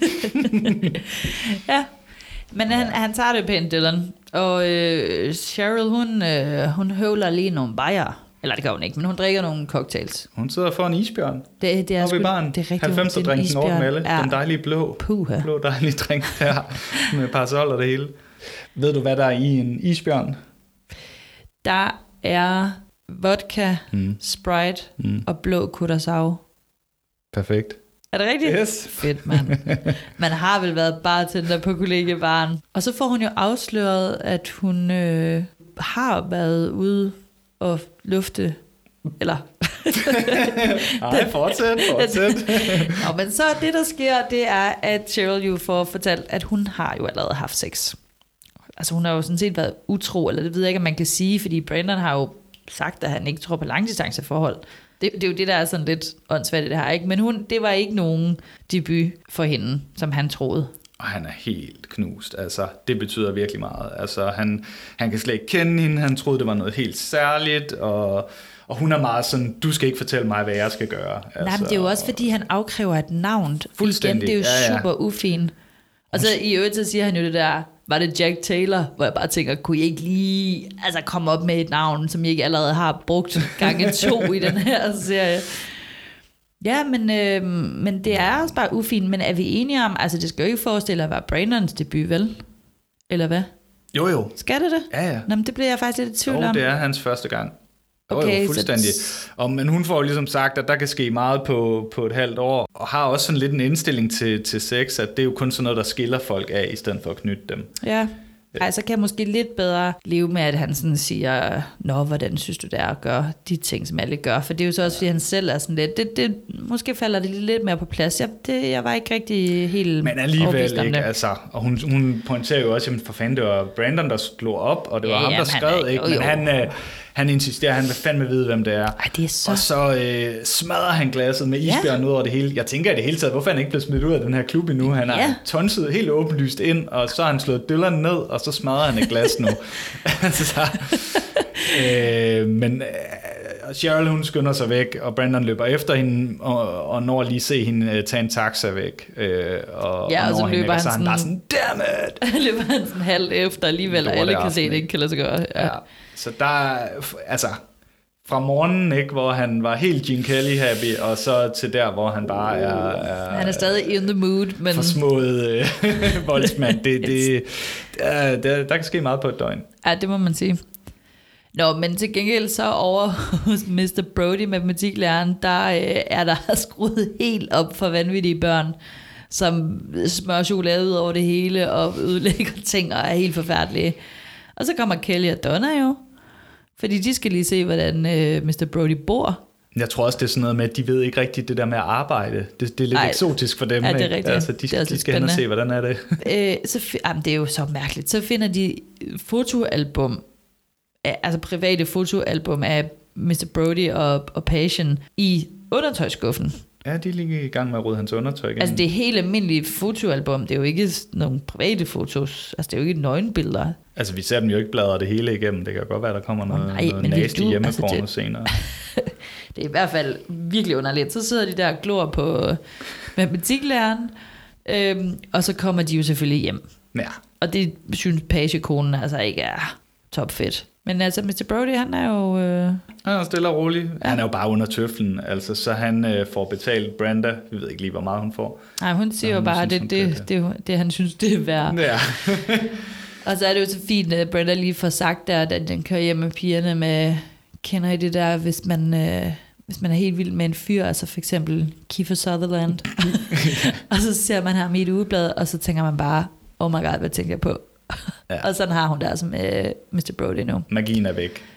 Ja. Men han tager det pænt, Dylan. Og Cheryl, hun høvler lige nogle bajer. Eller det gør hun ikke, men hun drikker nogle cocktails. Hun sidder for en isbjørn. Det er sgu, det er rigtigt. 90'er-drinken over med alle. Ja. Den dejlige blå dejlige drink der. Med parasol og det hele. Ved du, hvad der er i en isbjørn? Der er vodka, Sprite og blå Curaçao. Perfekt. Er det rigtigt? Yes. Fedt, mand. Man har vel været bartender på kollegiebaren. Og så får hun jo afsløret, at hun har været ude og lufte. Eller... Nej, fortsæt. Nå, men så det, der sker, det er, at Cheryl jo får fortalt, at hun har jo allerede haft sex. Altså hun har jo sådan set været utro, eller det ved jeg ikke, om man kan sige, fordi Brandon har jo sagt, at han ikke tror på langdistanceforhold. Det er jo det, der er sådan lidt åndssvagt det her, ikke? Men det var ikke nogen debut for hende, som han troede. Og han er helt knust, altså det betyder virkelig meget. Altså han kan slet ikke kende hende, han troede, det var noget helt særligt, og hun er meget sådan, du skal ikke fortælle mig, hvad jeg skal gøre. Altså, nej, men det er jo også, fordi han afkræver et navn. Fuldstændig. Igen, det er jo super ufint. Og så i øvrigt, så siger han jo det der, var det Jack Taylor, hvor jeg bare tænker, kunne I ikke lige komme op med et navn, som I ikke allerede har brugt gange 2 i den her serie? Ja, men det er også bare ufint, men er vi enige om, altså det skal jo ikke forestille at være Brandons debut, vel? Eller hvad? Jo. Skal det? Ja. Nå, men det bliver jeg faktisk lidt i tvivl om. Det er hans første gang. Okay, jo, fuldstændig. Men hun får jo ligesom sagt, at der kan ske meget på et halvt år, og har også sådan lidt en indstilling til sex, at det er jo kun sådan noget, der skiller folk af, i stedet for at knytte dem. Ja, så kan jeg måske lidt bedre leve med, at han sådan siger, nå, hvordan synes du det er at gøre de ting, som alle gør? For det er jo så også, fordi han selv er sådan lidt, det måske falder det lidt mere på plads. Jeg var ikke rigtig helt. Men alligevel ikke, altså. Og hun pointerer jo også, at for fanden, det var Brandon, der slog op, og det var ham, der skrev, ikke? Men han insisterer, han vil fandme vide, hvem det er. Ej, det er så... Og så smadrer han glasset med isbjørn ud over det hele. Jeg tænker i det hele taget, hvorfor han ikke blev smidt ud af den her klub endnu. Han har tonset helt åbenlyst ind, og så har han slået Dylan ned, og så smadrer han et glas nu. Men Cheryl, hun skynder sig væk, og Brandon løber efter hende, og når lige se hende tage en taxa væk. Og så løber han bare sådan, damn it! løber han sådan halvt efter alligevel, og alle kan se, det ikke kan lade sig gøre. Ja. Så der, altså, fra morgenen, ikke, hvor han var helt Gene Kelly-happy, og så til der, hvor han bare er han er stadig in the mood, men... forsmået voldsmand. Der kan ske meget på et døgn. Ja, det må man sige. Nå, men til gengæld så over hos Mr. Brody, matematiklæreren, der er der skruet helt op for vanvittige børn, som smører chokolade ud over det hele, og ødelægger ting, og er helt forfærdelige. Og så kommer Kelly og Donna jo, fordi de skal lige se, hvordan Mr. Brody bor. Jeg tror også, det er sådan noget med, at de ved ikke rigtigt det der med at arbejde. Det er lidt eksotisk for dem. Ja, det er rigtigt. Altså, de skal hen og se, hvordan er det. Det er jo så mærkeligt. Så finder de fotoalbum, altså private fotoalbum af Mr. Brody og Passion i undertøjskuffen. Ja, de er lige i gang med at rydde hans undertøj igen. Altså det er helt almindelige fotoalbum, det er jo ikke nogle private fotos, altså det er jo ikke nøgenbilleder. Altså vi ser dem jo ikke bladre det hele igennem, det kan godt være, der kommer noget nasty hjemmeporno senere. Det er i hvert fald virkelig underligt. Så sidder de der og glor på matematiklæreren, og så kommer de jo selvfølgelig hjem. Ja. Og det synes pagekonen altså ikke er topfedt. Men altså, Mr. Brody, han er jo... Han er stille og rolig. Ja. Han er jo bare under tøflen, altså, så han får betalt Brenda. Vi ved ikke lige, hvor meget hun får. Nej, hun siger jo bare, det han synes, det er værd. Ja. Og så er det jo så fint, at Brenda lige får sagt der, at den kører hjem med pigerne med... Kender I det der, hvis man er helt vild med en fyr, altså for eksempel Kiefer Sutherland, og så ser man ham i et ugeblad, og så tænker man bare, oh my god, hvad tænker jeg på? Ja. Og sådan har hun der som Mr. Brody nu. Magien er væk.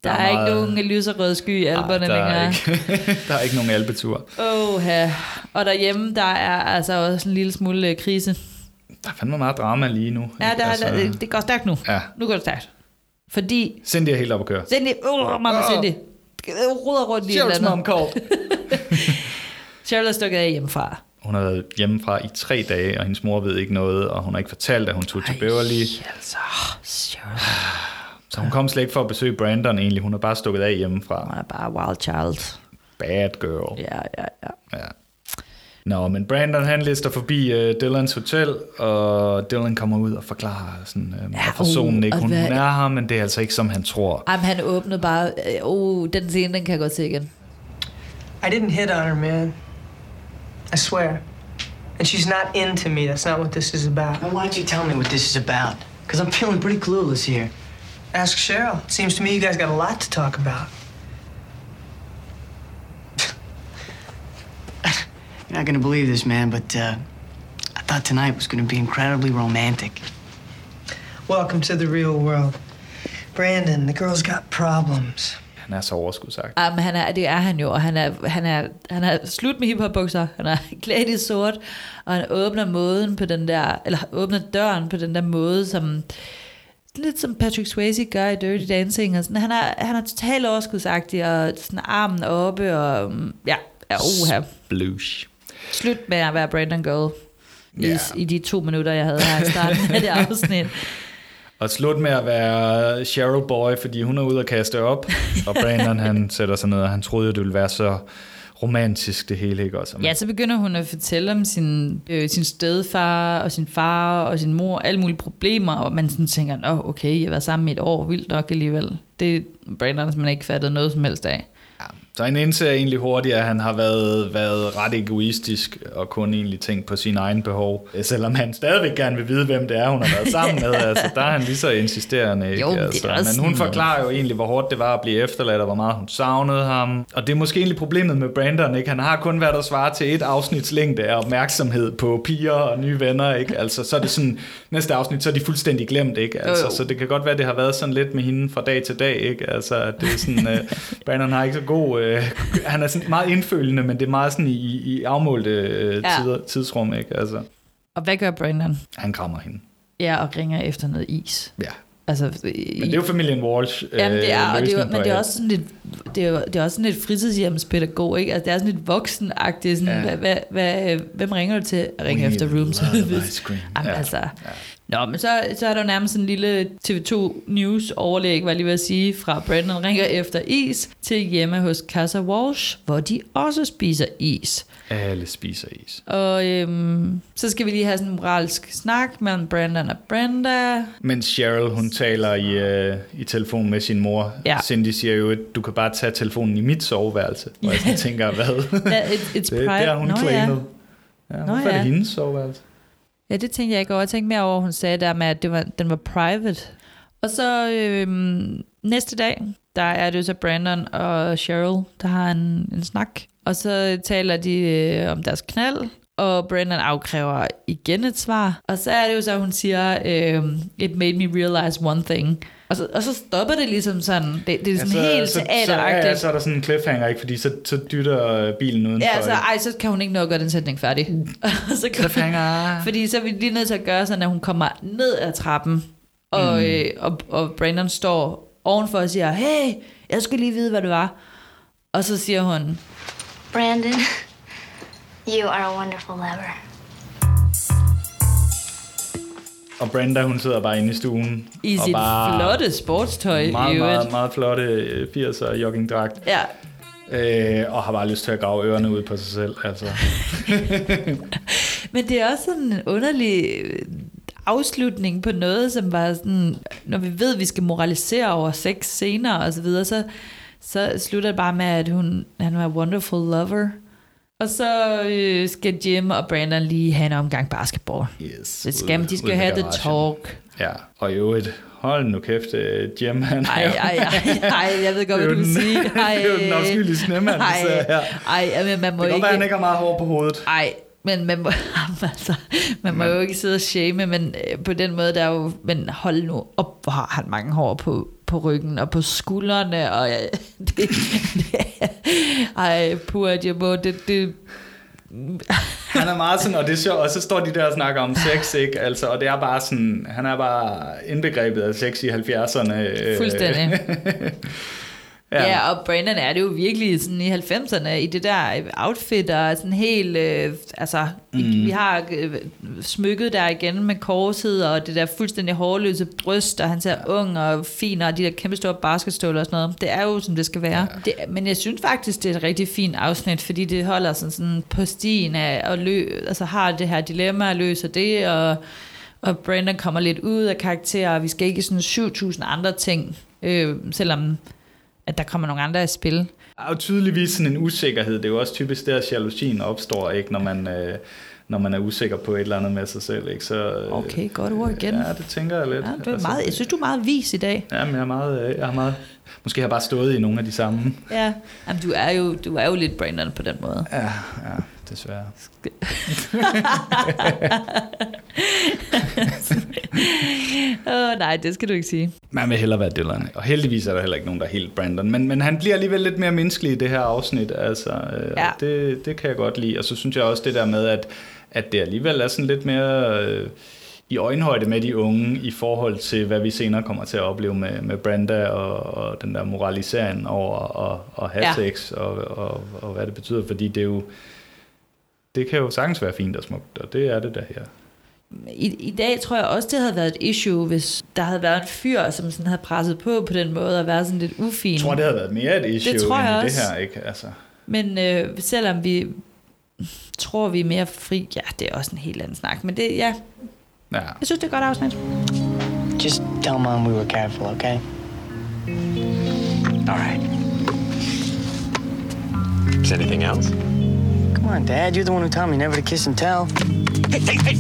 Der er ikke nogen lyserøde sky i Alperne længere. Der er ikke nogen alpetur. Og derhjemme, der er altså også en lille smule krise. Der er fandme meget drama lige nu. Ja, det går stærkt nu. Ja. Nu går det stærkt. Fordi... Cindy er helt op at køre. Mamma Cindy. Ruder rundt i et eller andet. Cheryl er stukket af hjemmefra. Hun har været hjemmefra i 3 dage, og hendes mor ved ikke noget, og hun har ikke fortalt, at hun tog til Beverly. Altså, Cheryl. Så hun kom slet ikke for at besøge Brandon egentlig. Hun er bare stukket af hjemmefra. Hun er bare wild child. Bad girl. Ja. Nå, men Brandon han lister forbi Dylans hotel, og Dylan kommer ud og forklarer sådan, hvorfor sonen ikke hun er her, men det er altså ikke som han tror. Jamen, han åbnede bare, den scene, den kan jeg godt se igen. I didn't hit on her, man. I swear. And she's not into me. That's not what this is about. Then why don't you tell me what this is about? Because I'm feeling pretty clueless here. Ask Cheryl. It seems to me you guys got a lot to talk about. You're not gonna believe this, man, but I thought tonight was gonna be incredibly romantic. Welcome to the real world. Brandon, the girl's got problems. Han er så overskudsagt. Det er han jo, og han er slut med hiphop-bukser, han er klædt i sort, og han åbner åbner døren på den der måde, som lidt som Patrick Swayze gør i Dirty Dancing, og sådan. Han er totalt overskudsagtig, og sådan armen oppe, og Sploosh. Slut med at være Brandon Girl i de 2 minutter, jeg havde her i starten af det afsnit. Og slut med at være Cheryl Boy, fordi hun er ude at kaste op, og Brandon han sætter sig ned, og han troede, det ville være så romantisk det hele, ikke også? Ja, så begynder hun at fortælle om sin stedfar, og sin far, og sin mor, alle mulige problemer, og man sådan tænker, okay, jeg har været sammen i et år, vildt nok alligevel. Det er Brandon, som man ikke fattet noget som helst af. Så han indser egentlig hurtigt, at han har været ret egoistisk og kun egentlig tænkt på sine egne behov. Selvom han stadigvæk gerne vil vide, hvem det er, hun har været sammen med. Altså, der er han lige så insisterende. Ikke? Jo, men hun forklarer jo egentlig, hvor hårdt det var at blive efterladt, og hvor meget hun savnede ham. Og det er måske egentlig problemet med Brandon. Ikke? Han har kun været at svare til 1 afsnits længde af opmærksomhed på piger og nye venner. Ikke? Altså, så er det sådan, næste afsnit, så er de fuldstændig glemt. Ikke? Altså, så det kan godt være, at det har været sådan lidt med hende fra dag til dag. Ikke? Altså, det er sådan, Brandon har ikke så god... han er sådan meget indfølende, men det er meget sådan i afmålte tidsrum, ikke? Altså. Og hvad gør Brandon? Han krammer hende. Ja, og ringer efter noget is. Ja. Altså, men det er jo familien Walsh. Jamen det er, og det er, men det er også sådan lidt, det er også sådan lidt fritidshjemspædagog, ikke? Altså det er sådan lidt voksenagtigt, sådan, hvem ringer du til? Jeg ringer efter room service. Nå, men så er der jo nærmest en lille TV2 News overlæg, hvad jeg lige vil sige, fra Brandon ringer efter is til hjemme hos Casa Walsh, hvor de også spiser is. Alle spiser is. Og så skal vi lige have sådan en moralsk snak mellem Brandon og Brenda. Mens Cheryl, hun taler i telefon med sin mor. Ja. Cindy siger jo, at du kan bare tage telefonen i mit soveværelse. Og jeg tænker, hvad? Det er hun claimet. Ja, hvorfor er det hendes soveværelse? Ja, det tænkte jeg ikke over. Jeg tænkte mere over, hun sagde der med, at den var private. Og så næste dag, der er det jo så Brandon og Cheryl, der har en snak. Og så taler de om deres knald, og Brandon afkræver igen et svar. Og så er det jo så, hun siger, it made me realize one thing. Og så stopper det ligesom sådan, det er sådan helt teateragtigt. Så er der sådan en cliffhanger, ikke? Fordi så dytter bilen udenfor. Ja, så kan hun ikke nå at gøre den sætning færdig. Så cliffhanger. Fordi så er vi lige nødt til at gøre sådan, at hun kommer ned ad trappen, og Brandon står ovenfor og siger, hey, jeg skal lige vide, hvad det var. Og så siger hun, Brandon, you are a wonderful lover. Og Brenda, hun sidder bare inde i stuen. I sit flotte sportstøj. Meget flotte 80'er joggingdragt. Ja. Og har bare lyst til at grave ørerne ud på sig selv. Altså. Men det er også sådan en underlig afslutning på noget, som var sådan, når vi ved, at vi skal moralisere over sex senere og så videre, så slutter det bare med, at han var wonderful lover. Og så skal Jim og Brandon lige have en omgang basketball. Yes. Det skal de skal have the talk. Ja, og jo hold nu kæft, Jim, han Ej, jeg ved godt, hvad du vil sige. Det er jo den afskyelige snemand, men man må det kan ikke... være, han ikke har meget hår på hovedet. Ej, men man må jo ikke sidde og shame, men på den måde, der er jo... Men hold nu op, hvor har han mange hår på ryggen og på skuldrene, og han er meget sådan, og det er sjovt, og så står de der og snakker om sex, ikke? Altså, og det er bare sådan, han er bare indbegrebet af sex i 70'erne. Fuldstændig. Ja, og Brandon er det jo virkelig sådan i 90'erne, i det der outfit, og sådan helt, vi har smykket der igen med korset, og det der fuldstændig hårløse bryst, og han ser ung og fin, og de der kæmpe store basketstøvler og sådan noget. Det er jo, som det skal være. Ja. Men jeg synes faktisk, det er et rigtig fint afsnit, fordi det holder sådan på stien af, og har det her dilemma og løser det, og Brandon kommer lidt ud af karakterer, og vi skal ikke sådan 7.000 andre ting, selvom at der kommer nogle andre i spil. Der er jo tydeligvis sådan en usikkerhed. Det er jo også typisk der, jalousien opstår, ikke, når man er usikker på et eller andet med sig selv. Ikke? Så, okay, godt ord igen. Ja, det tænker jeg lidt. Ja, meget, jeg synes, du er meget vis i dag. Ja, men jeg er meget... Måske har jeg bare stået i nogle af de samme. Ja, jamen, du er jo lidt Brandon på den måde. Ja, desværre. Nej, det skal du ikke sige. Man vil hellere være Dylan, og heldigvis er der heller ikke nogen, der er helt Brandon. Men han bliver alligevel lidt mere menneskelig i det her afsnit. Altså, ja. Det kan jeg godt lide. Og så synes jeg også det der med, at det alligevel er sådan lidt mere... i øjenhøjde med de unge i forhold til, hvad vi senere kommer til at opleve med Brenda og den der moralisering over at have sex og hvad det betyder, fordi det kan jo sagtens være fint og smukt, og det er det der her. I dag tror jeg også, det havde været et issue, hvis der havde været en fyr, som sådan havde presset på den måde og været sådan lidt ufin. Jeg tror, det havde været mere et issue end det her, ikke? Altså. Men selvom vi tror, vi er mere fri, ja, det er også en helt anden snak, men det, ja. Jeg synes, det er et godt afsnit. Just tell Mom we were careful, okay? All right. Is anything else? Come on, Dad. You're the one who told me never to kiss and tell. Hey.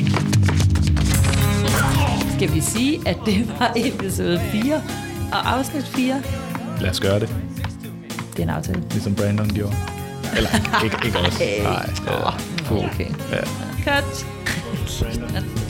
Skal vi sige, at det var episode 4 og afsnit 4? Lad os gøre det. Det er en aftale. Ligesom Brandon gjorde. Eller ikke også. Nej. Okay. Ja. Cut.